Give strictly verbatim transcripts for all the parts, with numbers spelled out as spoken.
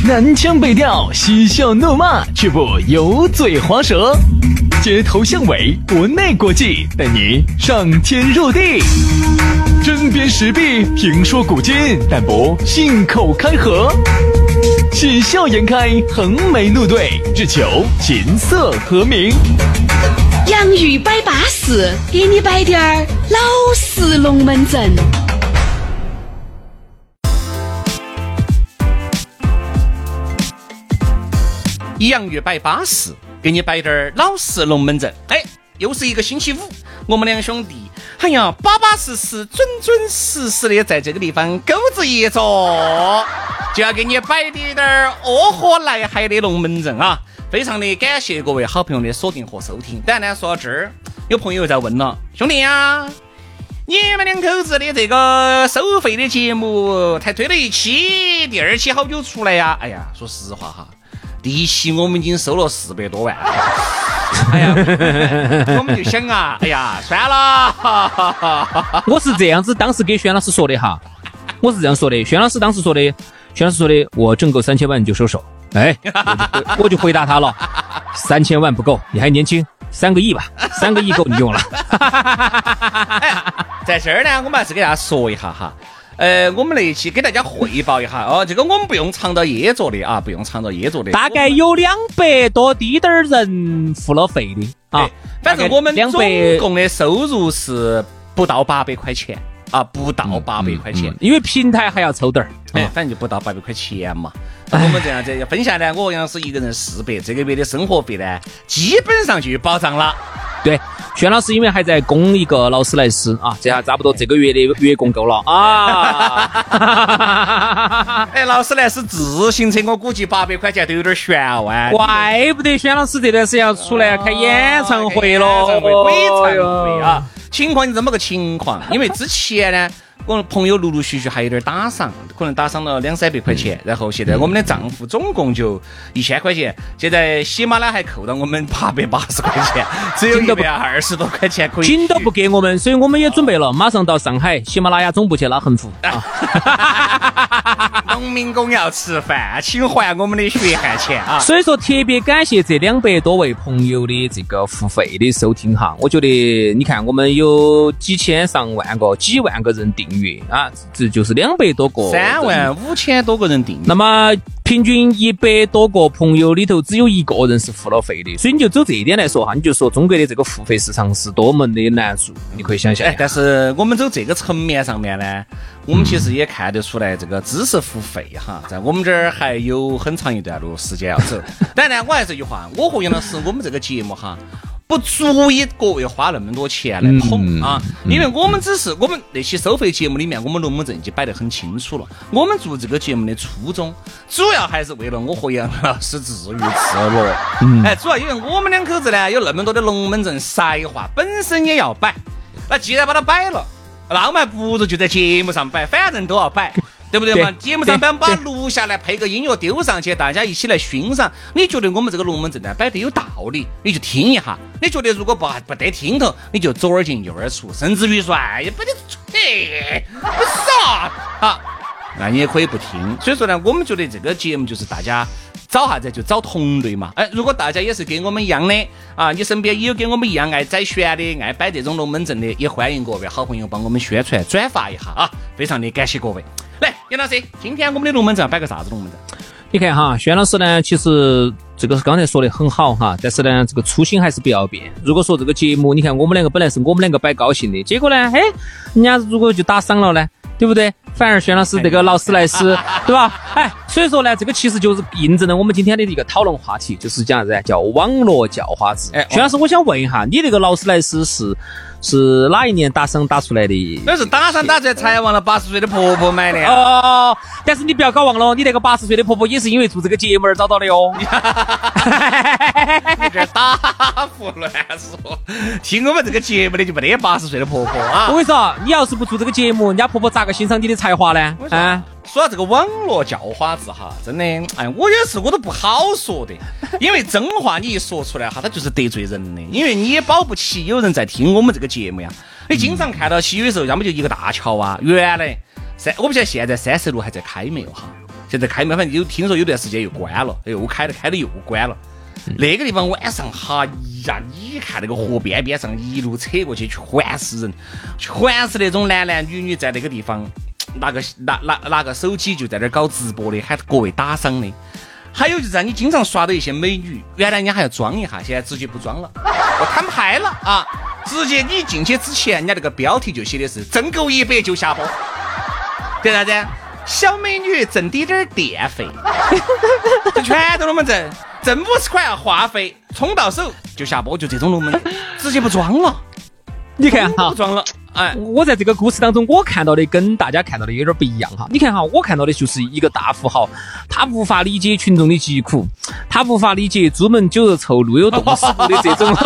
南腔北调，嬉笑怒骂，却不油嘴滑舌。街头巷尾，国内国际，带你上天入地。针砭时弊，评说古今，但不信口开河。喜笑颜开，横眉怒对，只求琴瑟和鸣。 洋芋摆巴士，给你摆点儿老式龙门阵。 洋芋摆巴士，给你摆点儿老式龙门阵。哎，又是一个星期五，我们两兄弟，哎呀，巴巴适适、准准实实的在这个地方钩子一坐，就要给你摆点点恶火来海的龙门阵啊！非常的感谢各位好朋友的锁定和收听。当然说到这儿，有朋友在问了，兄弟啊，你们两口子的这个收费的节目才推了一期，第二期好久出来呀？哎呀，说实话哈，第一期我们已经收了四百多万了。哎呀，我们就想啊，哎呀，算了。 我是这样子，当时给轩老师说的哈，我是这样说的。轩老师当时说的，轩老师说的，我挣够三千万你就收手。哎，我就, 我就回答他了，三千万不够，你还年轻，三个亿吧，三个亿够你用了。 哎，在这儿呢，我们还是给大家说一下哈。呃，我们那一期给大家汇报一下哦，这个我们不用长到夜做的啊，不用长到夜做的， 大概有两百多滴点儿人付了费的啊。 反正我们总共的收入是不到八百块钱啊，不到八百块钱、嗯嗯嗯， 因为平台还要抽点儿， 哎、嗯，反正就不到八百块钱嘛。那我们这样子分下来，我杨是一个人四百，这个月的生活费呢，基本上就有保障了。 对，轩老师因为还在供一个劳斯莱斯啊，这下差不多这个月的月供够了啊。 哎，劳斯莱斯自行车我估计八百块钱都有点悬啊。 怪不得轩老师这段时间要出来开演唱会了， 演唱会、鬼唱会啊。情况是这么个情况，因为之前呢，我朋友陆陆续续还有点打赏，可能打赏了两三百块钱，然后现在我们的账户总共就一千块钱，现在喜马拉雅还扣到我们八百八十块钱，只有一百二十多块钱可以， 紧都不给我们，所以我们也准备了，马上到上海喜马拉雅总部去拉横幅啊。 农民工要吃饭，请还我们的血汗钱啊！ 所以说特别感谢这两百多位朋友的这个付费的收听哈，我觉得你看我们有几千上万个、几万个人订阅啊，这就是两百多个， 三万五千多个人订阅。 那么平均一百多个朋友里头只有一个人是付了费的，所以你就走这一点来说哈，你就说中国的这个付费市场是多么的难做，你可以想象。 哎，但是我们走这个层面上面呢，我们其实也看得出来，这个知识付费哈，在我们这儿还有很长一段路时间要走。当然，我还是这句话，我和杨老师，我们这个节目哈，不足以各位花那么多钱来捧、嗯、啊，因为我们只是我们那期收费节目里面，我们龙门阵已经摆得很清楚了。我们做这个节目的初衷，主要还是为了我和杨老师自娱自乐。嗯，哎，主要因为我们两口子呢有那么多的龙门阵塞话，本身也要摆。那既然把它摆了，那我们还不如就在节目上摆，反正都要摆。对不对嘛？节目上班把录下来，配个音乐丢上去，大家一起来欣赏。你觉得我们这个龙门阵呢摆得有道理，你就听一下；你觉得如果不不得听头，你就左耳进右耳出，甚至于说哎也不得吹，不啥啊，那你也可以不听。所以说呢，我们觉得这个节目就是大家找啥子就找同类嘛。哎，如果大家也是跟我们一样的啊，你身边也有跟我们一样爱宰旋的、爱摆这种龙门阵的，也欢迎各位好朋友帮我们宣传转发一下啊！非常的感谢各位。来，杨老师，今天我们的龙门阵摆个啥子龙门阵？ 你看哈，轩老师呢，其实这个刚才说的很好哈，但是呢，这个初心还是不要变。如果说这个节目，你看我们两个本来是我们两个摆高兴的，结果呢，嘿，人家如果就打赏了呢，对不对？反而轩老师这个劳斯莱斯，对吧？哎，所以说呢，这个其实就是印证了我们今天的一个讨论话题，就是讲啥子？叫网络叫花子。哎，轩老师，我想问一下，你这个劳斯莱斯是是哪一年打赏打出来的？ 那是打赏打出来才忘了八十岁的婆婆买的、啊、 哦。但是你不要搞忘了，你那个八十岁的婆婆也是因为做这个节目而找到的哦。你这打胡乱说，听我们这个节目的就没得八十岁的婆婆啊！ 我跟你说，你要是不做这个节目，人家婆婆咋个欣赏你的才华呢？啊！ 说到这个网络叫花子哈，真的，哎，我有时我都不好说的，因为真话你一说出来哈，它就是得罪人的，因为你也保不齐有人在听我们这个节目呀。你经常看到起有时候要么就一个大桥啊，原来三我不晓得现在三十路还在开没有哈， 现在开门，反正有听说有段时间又关了，又开了，开了又关了。嗯、那个地方晚上哈呀，你看那个河边边上一路扯过去，全是人，全是那种男男女女在那个地方拿个拿拿拿个手机就在那儿搞直播的，喊各位打赏的。还有就是你经常刷到一些美女，原来人家还要装一下，现在直接不装了，我摊牌了啊！直接你进去之前，人家那个标题就写的是挣够一百就下播，对啥子？小美女挣滴点电费，就全都那么挣，挣五十块话费，充到手就下播，就这种龙门，直接不装了。 你看哈， 不装了。哎， 我在这个故事当中，我看到的跟大家看到的有点不一样哈。你看哈，我看到的就是一个大富豪，他无法理解群众的疾苦，他无法理解朱门酒肉臭路有冻死的这种。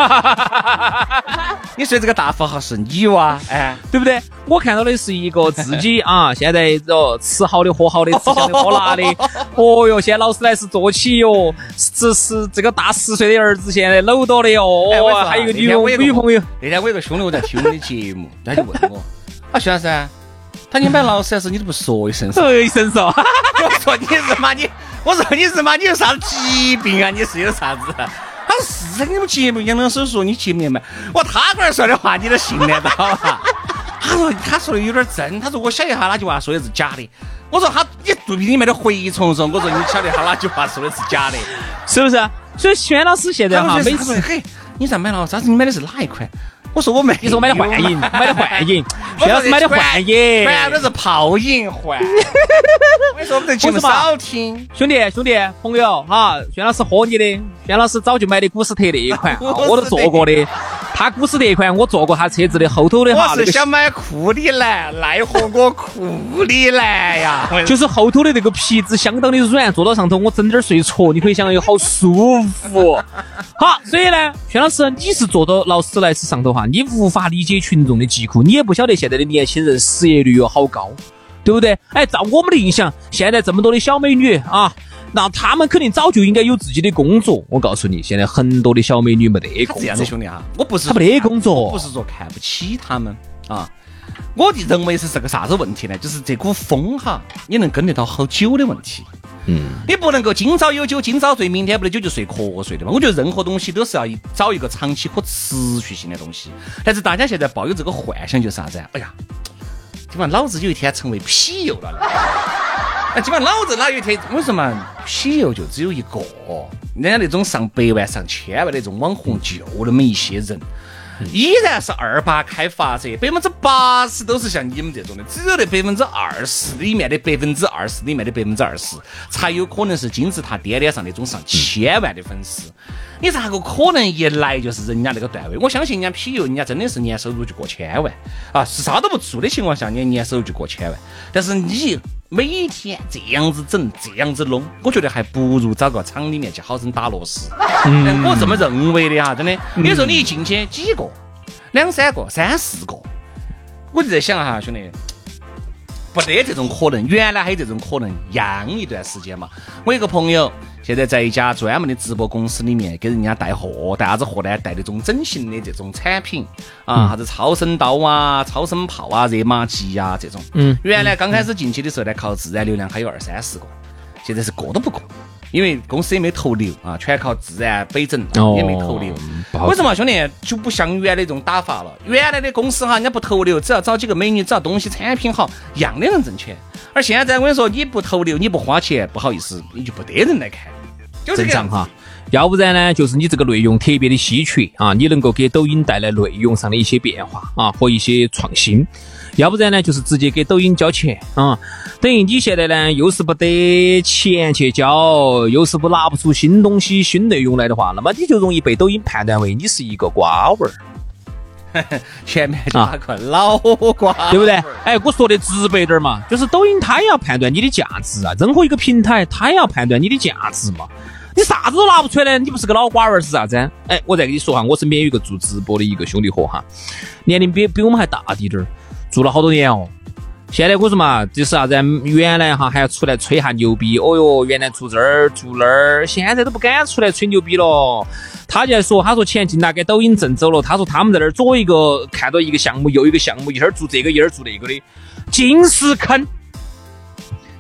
你说这个大富豪是你哇？哎， 对不对？我看到的是一个自己啊，现在哦吃好的喝好的，吃香的喝辣的。哦哟，现在劳斯莱斯坐起哟，这是这个大十岁的儿子现在搂到的哟。哦，还有一个女女朋友。 那天我有个兄弟我在听我的节目。他就问我啊，徐老师，他你买劳斯莱斯你都不说一声， 说一声说， 我说你是嘛你，我说你是嘛你有啥疾病啊？你是有啥子？他说是在你们节目杨老师说你节目买，我他个儿说的话你都信得到啊？他说他说的有点真，他说我晓得他那句话说的是假的。我说他你肚皮里面的蛔虫说，我说你晓得他那句话说的是假的， 是不是？所以轩老师现在哈，每次嘿，你在买劳斯莱斯，你买的是哪一款？我说我没， 你说我买的幻影，买的幻影，薛老师买的幻影， 反正是泡影幻。我说我们这节目少听， 兄弟兄弟朋友哈，薛老师喝你的，薛老师早就买的古斯特那一款，我都做过的。他古斯特一款我坐过他车子的后头的哈， 我是想买库里蓝，奈何我库里蓝呀， 就是后头的那个皮子相当的软，坐到上头我整点睡着，你可以想有好舒服。好，所以呢，薛老师你是坐到劳斯莱斯上头哈，你无法理解群众的疾苦，你也不晓得现在的年轻人失业率有好高，对不对？哎，照我们的印象，现在这么多的小美女啊，那他们肯定早就应该有自己的工作。我告诉你，现在很多的小美女没得工作。 这样的兄弟哈，我不是他没得工作， 不是说看不起他们啊。我认为是这个啥子问题呢？就是这股风哈，你能跟得到好久的问题。嗯，你不能够今朝有酒今朝醉，明天不得酒就睡瞌睡，对吧？我觉得任何东西都是要找一个长期可持续性的东西。但是大家现在抱有这个幻想就是啥子？哎呀，基本上老子有一天成为痞友了。那基本上老子哪有一天，为什么痞友就只有一个？人家那种上百万上千万的那种网红就那么一些人。依然是二八开发者，百分之八十都是像你们这种的，只有那百分之二十里面的百分之二十里面的百分之二十，才有可能是金字塔巅巅上那种上千万的粉丝。你咋个可能一来就是人家那个段位？我相信人家痞友，人家真的是年收入就过千万啊，是啥都不做的情况下，你年收入就过千万。但是你每天这样子整，这样子弄，我觉得还不如找个厂里面去好生打螺丝。嗯，我这么认为的哈，真的。有时候你一进去几个、两三个、三四个，我就在想哈，兄弟，不得这种可能。原来还有这种可能，养一段时间嘛。我有个朋友现在在一家专门的直播公司里面给人家带货，带啥子货呢？带那种整形的这种产品啊，啥子超声刀啊、超声炮啊、热玛吉啊这种。嗯，原来刚开始进去的时候呢，靠自然流量还有二三十个，现在是个都不够。因为公司也没投流啊，全靠自然北整，也没投流。哦、为什么兄弟就不像原来那种打法了？原来的公司哈，人家不投流，只要找几个美女，只要东西产品好，样的能挣钱。而现在我跟你说，你不投流，你不花钱，不好意思，你就不得人来看，就这个样哈。 要不然呢，就是你这个内容特别的稀缺啊，你能够给抖音带来内容上的一些变化啊和一些创新。要不然呢，就是直接给抖音交钱啊，等于你现在呢又是不得钱去交，又是不拿不出新东西、新内容来的话，那么你就容易被抖音判断为你是一个瓜味儿， 前面加个老瓜， 对不对？哎，我说的直白点嘛，就是抖音它也要判断你的价值啊，任何一个平台它也要判断你的价值嘛。你啥子都拿不出来呢，你不是个老瓜味儿是啥子？哎，我再跟你说哈，我身边有一个做直播的一个兄弟伙哈，年龄比比我们还大滴点儿。做了好多年哦，现在我说嘛，就是啥子？原来哈还要出来吹下牛逼，哦哟，原来做这儿做那儿，现在都不敢出来吹牛逼了。他就在说，他说钱进来给抖音挣走了，他说他们在那儿左一个看到一个项目，右一个项目，一会儿做这个，一会儿做那个的，尽是坑，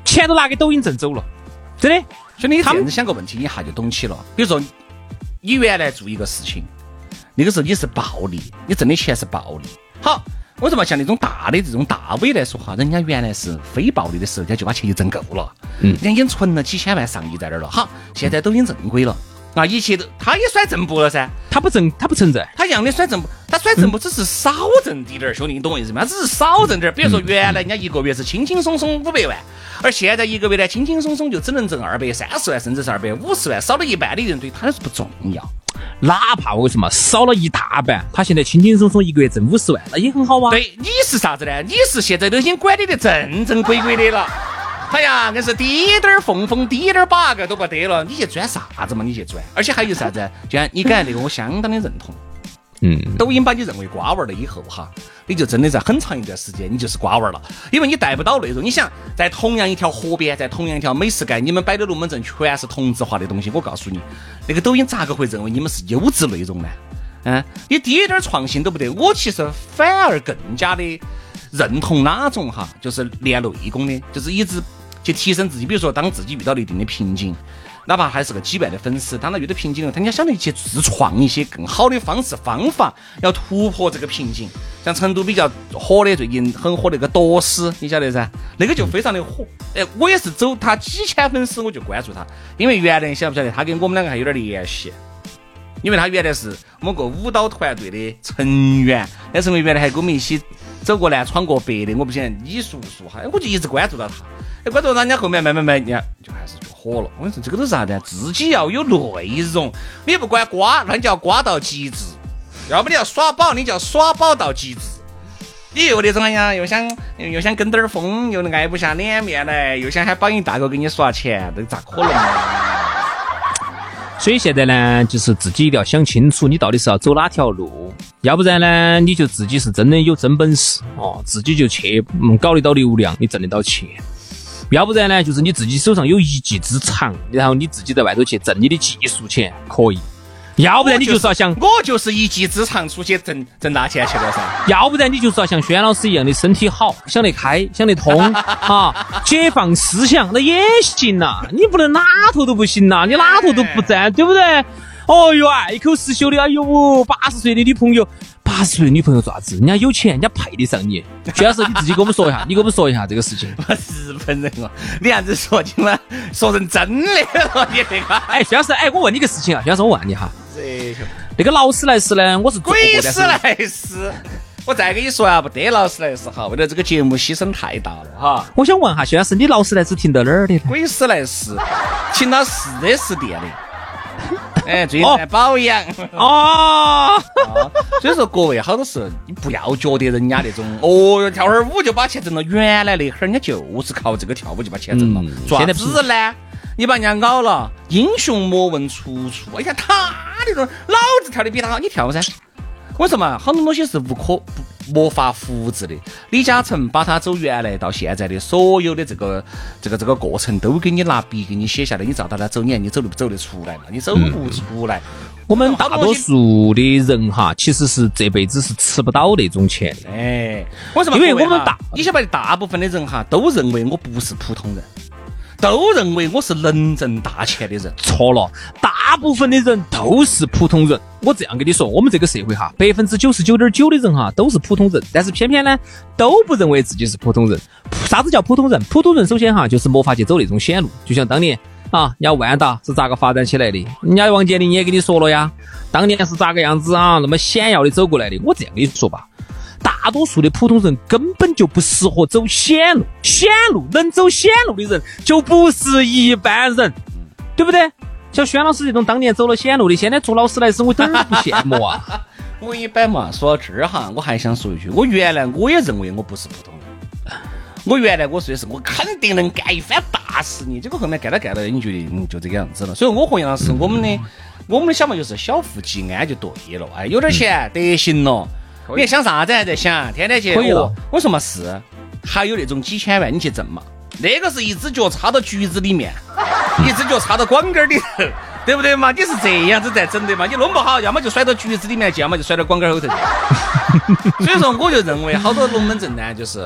钱都拿给抖音挣走了，真的。 所以你这样子想个问题，你一下就懂起了。比如说，你原来做一个事情，那个时候你是暴利，你挣的钱是暴利。好，为什么像那种大的这种大 V 来说哈，人家原来是非暴利的时候，人家就把钱就挣够了，嗯，人家已经存了几千万上亿在那儿了。好，现在抖音正规了。啊，一切都，他也甩正步了噻， 他不正，他不存在， 他一样的甩正步，他甩正步只是少挣滴点儿，兄弟，你懂我意思吗？他只是少挣点儿。比如说原来人家一个月是轻轻松松五百万，而现在一个月呢，轻轻松松就只能挣二百三十万，甚至是二百五十万，少了一半的人对他是不重要。 哪怕我跟你说嘛，少了一大半，他现在轻轻松松一个月挣五十万，那也很好啊。 对，你是啥子呢？你是现在都已经管理的正正规规的了。哎呀，那是滴点儿缝缝，滴点儿 bug 都不得了，你去钻啥子嘛？你去钻，而且还有啥子？就像你刚才那个，我相当的认同。嗯，抖音把你认为瓜娃儿了以后哈，你就真的在很长一段时间你就是瓜娃儿了，因为你带不到内容。你想，在同样一条河边，在同样一条美食街，你们摆的龙门阵全是同质化的东西，我告诉你，那个抖音咋个会认为你们是优质内容呢？嗯，你滴点儿创新都不得。我其实反而更加的认同哪种哈，就是练内功的，就是一直去提升自己。比如说当自己遇到了一定的瓶颈，哪怕还是个几万的粉丝，当他遇到瓶颈了，他应该想着去自创一些更好的方式方法，要突破这个瓶颈。像成都比较火的，最近很火那个夺丝，你晓得噻，那个就非常的火。哎，我也是走他几千粉丝我就关注他，因为原来你晓不晓得他跟我们两个还有点联系，因为他原来是某个舞蹈团队的成员，但是因为原来还跟我们一起走过南闯过北的，我不晓得你熟不熟哈，我就一直关注到他，哎，关注到人家后面慢慢慢慢就还是就火了。我跟你说，这个都是啥子？自己要有内容，你不管瓜，那你就要瓜到极致；要不你要耍宝，你就要耍宝到极致。你又那种哎呀，又想又想跟点儿风，又挨不下脸面来，又想喊榜一大哥给你刷钱，这咋可能啊？ 所以现在呢，就是自己一定要想清楚，你到底是要走哪条路，要不然呢，你就自己是真的有真本事哦，自己就去嗯搞得到流量，你挣得到钱；要不然呢，就是你自己手上有一技之长，然后你自己在外头去挣你的技术钱，可以；要不然你就是要想， 我就是一技之长出去挣挣大钱去了噻； 要不然你就是要像轩老师一样的身体好，想得开，想得通啊，解放思想，那也行呐、啊。你不能哪头都不行呐、啊，你哪头都不占，对不对？哦哟，爱口是修的，哎呦，八十岁的女朋友，八十岁的女朋友做啥子？人家有钱，人家配得上你。薛老师，你自己给我们说一下，你给我们说一下这个事情。 我日本人哦，你样子说今晚说成真的了，你这个。 哎，薛老师，哎，我问你个事情啊，薛老师，我问你哈，那个劳斯莱斯呢？我是做过鬼斯莱斯。我再跟你说啊，不得劳斯莱斯哈，为了这个节目牺牲太大了哈。 我想问哈，薛老师，你劳斯莱斯停到哪儿的？ 鬼斯莱斯停到四 S 店的。哎，最近在保养哦， 哦，所以说各位好多时候你不要觉得人家那种哦跳会儿舞就把钱挣了，原来那会儿人家就是靠这个跳舞就把钱挣了。现在子呢，你把人家熬了，英雄莫问出处。你看他那种，老子跳的比他好，你跳噻。为什么很多东西是无可没法复制的？李嘉诚把他走原来到现在的所有的这个这个这个过程都给你拿笔给你写下来，你照到他走，你看你走得走得出来嘛？你走不出来。嗯、 我们大多数的人哈，其实是这辈子是吃不到那种钱的。 哎，为什么？因为我们大，你晓不晓得大部分的人哈都认为我不是普通人。都认为我是能挣大钱的人， 错了，大部分的人都是普通人。我这样跟你说，我们这个社会哈，百分之九十九点九的人哈都是普通人，但是偏偏呢都不认为自己是普通人。啥子叫普通人？普通人首先哈就是没法去走那种险路，就像当年啊，人家万达是咋个发展起来的？人家王健林也跟你说了呀，当年是咋个样子啊，那么险要的走过来的。我这样跟你说吧。大多数的普通人根本就不适合走险路，险路能走险路的人就不是一般人，对不对？像轩老师这种当年走了险路的，现在做劳斯莱斯，我一点儿不羡慕啊。 我一般嘛，说到这儿哈，我还想说一句，我原来我也认为我不是普通人，我原来我说的是我肯定能干一番大事业，结果后面干了干了，你觉得嗯就这个样子了。所以我和杨老师，我们的我们的想法就是小富即安就对了，哎，有点钱得行了。你想啥子还在想，天天去可以了。 我说嘛是，还有那种几千万你去挣嘛，那个是一只脚插到橘子里面，一只脚插到光杆里头，对不对嘛？你是这样子在整的嘛？你弄不好，要么就摔到橘子里面，要么就摔到光杆后头。所以说，我就认为好多龙门阵呢，就是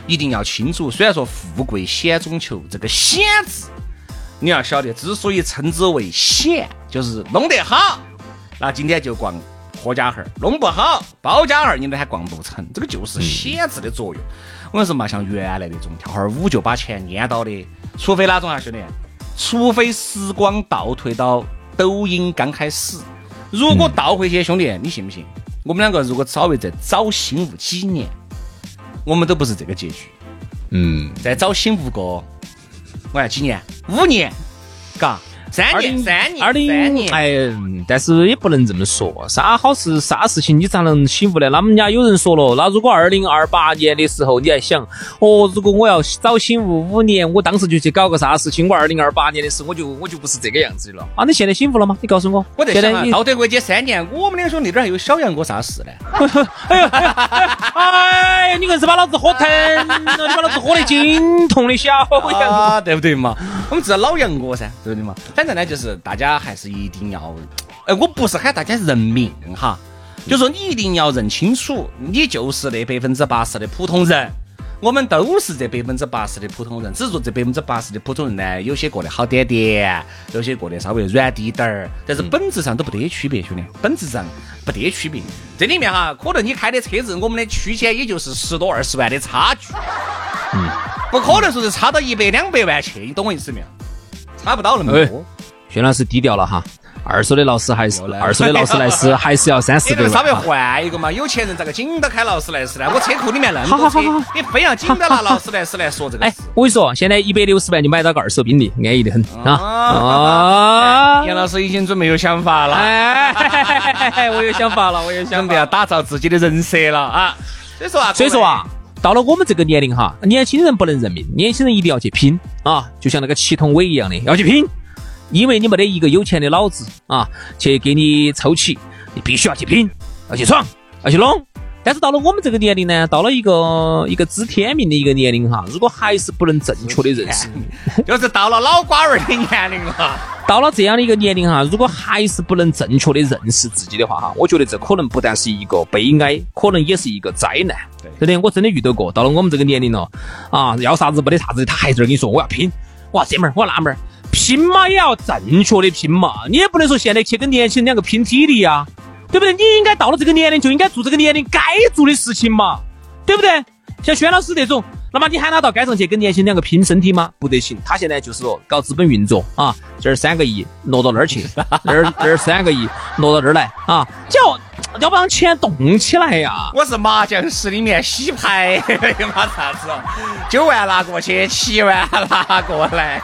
一定要清楚。虽然说富贵险中求，这个险字你要晓得，之所以称之为险，就是弄得好，那今天就逛霍家巷；弄不好，包家巷你都还逛不成。这个就是险字的作用。我跟你说嘛，像原来那种跳会儿舞就把钱捏到的，除非哪种啊兄弟，除非时光倒退到抖音刚开始。如果倒回去，兄弟，你信不信？我们两个如果稍微再早醒悟几年，我们都不是这个结局。 嗯， 再早醒悟个，我看几年，五年，嘎。三年，三年， 二零，哎，但是也不能这么说，啥好事，啥事情你咋能醒悟呢？那么人家有人说了，那如果二零二八年的时候你还想，哦，如果我要早醒悟五年，我当时就去搞个啥事情，我二零二八年的时候我就我就不是这个样子的了啊！你现在醒悟了吗？你告诉我， 我在想啊，道德国这三年，我们两兄弟这儿还有小杨过啥事呢？ 哎呀，哎呀，你硬是把老子喝疼，你把老子喝得精痛的小杨啊，对不对嘛？我们知道老杨过噻，对不对嘛？反正呢，就是大家还是一定要，哎，我不是喊大家认命哈，就说你一定要认清楚，你就是那百分之八十的普通人，我们都是这百分之八十的普通人，只是说这百分之八十的普通人呢，有些过得好点点，有些过得稍微软滴点儿，但是本质上都不得区别，兄弟，本质上不得区别。这里面哈，可能你开的车子，我们的区间也就是十多二十万的差距，嗯，不可能说是差到一百两百万去，你懂我意思没有？差不到那么多。 薛老师低调了哈，二手的劳斯还是二手的劳斯莱斯还是要三四百万， 稍微换一个嘛。有钱人咋个紧都开劳斯莱斯呢？我车库里面那么多车，你非要紧都拿劳斯莱斯来说这个事。 哎，我跟你说，现在一百六十万就买到个二手宾利，安逸得很啊！ 啊，杨老师已经准备有想法了， 哎，我有想法了，我有想法， 准备要打造自己的人设了啊！所以说啊， 所以说啊。到了我们这个年龄哈，年轻人不能认命，年轻人一定要去拼啊！就像那个祁同伟一样的，要去拼，因为你没得一个有钱的老子啊，去给你抽起，你必须要去拼，要去闯，要去弄。但是到了我们这个年龄呢，到了一个一个知天命的一个年龄哈，如果还是不能正确的认识， 就是到了老瓜儿的年龄了。 到了这样的一个年龄哈，如果还是不能正确的认识自己的话哈，我觉得这可能不但是一个悲哀，可能也是一个灾难。真的，我真的遇到过，到了我们这个年龄了啊，要啥子没得啥子，他还在这跟你说我要拼，哇这门我要那门，拼嘛也要正确的拼嘛，你也不能说现在去跟年轻人两个拼体力呀、啊。对不对？你应该到了这个年龄就应该做这个年龄该做的事情嘛，对不对？像薛老师这种，那么你喊他到街上去跟年轻人两个拼身体吗？不得行。他现在就是说搞资本运作啊，这儿三个亿挪到那儿去，那儿这儿三个亿挪到这儿来啊，就要要不让钱动起来呀。 我是麻将室里面洗牌，有嘛啥子？九万拿过去，七万拿过来，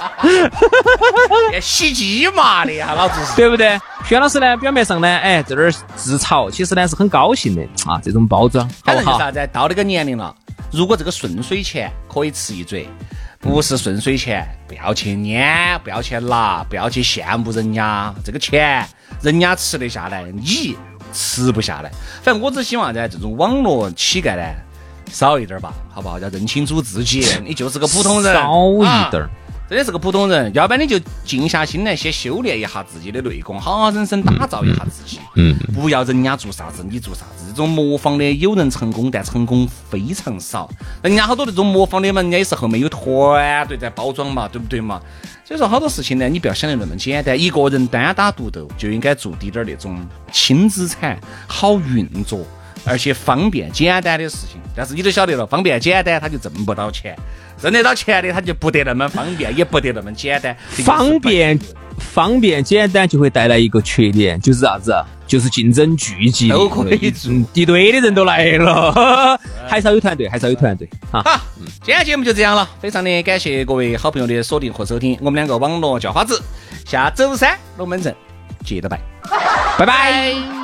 洗鸡嘛的呀，老子是对不对？薛老师呢，表面上呢，哎，在这儿自嘲，其实呢是很高兴的啊，这种包装，好不好？ 啥子？到那个年龄了，如果这个顺水钱可以吃一嘴，不是顺水钱，不要去撵，不要去拿，不要去羡慕人家，这个钱人家吃得下来，你吃不下来。反正我只希望在这种网络乞丐呢少一点吧，好不好？要认清楚自己，你就是个普通人， 少一点。啊真的是个普通人，要不然你就静下心来，先修炼一下自己的内功，好好人生打造一下自己。嗯，不要人家做啥子你做啥子，这种模仿的有人成功，但成功非常少。人家好多那种模仿的嘛，人家也是后面有团队在包装嘛，对不对嘛？所以说好多事情呢，你不要想得那么简单，一个人单打独斗就应该做滴点那种轻资产、好运作而且方便简单的事情。但是你都晓得了，方便简单他就挣不到钱，挣得到钱的他就不得那么方便，也不得那么简单。 方便方便简单就会带来一个缺点，就是啥子？就是竞争聚集， 都可以做， 一堆的人都来了，还是要有团队，还是要有团队啊！ 好，今天节目就这样了，非常的感谢各位好朋友的锁定和收听，我们两个网络叫花子，下周三龙门阵接着拜， 拜拜。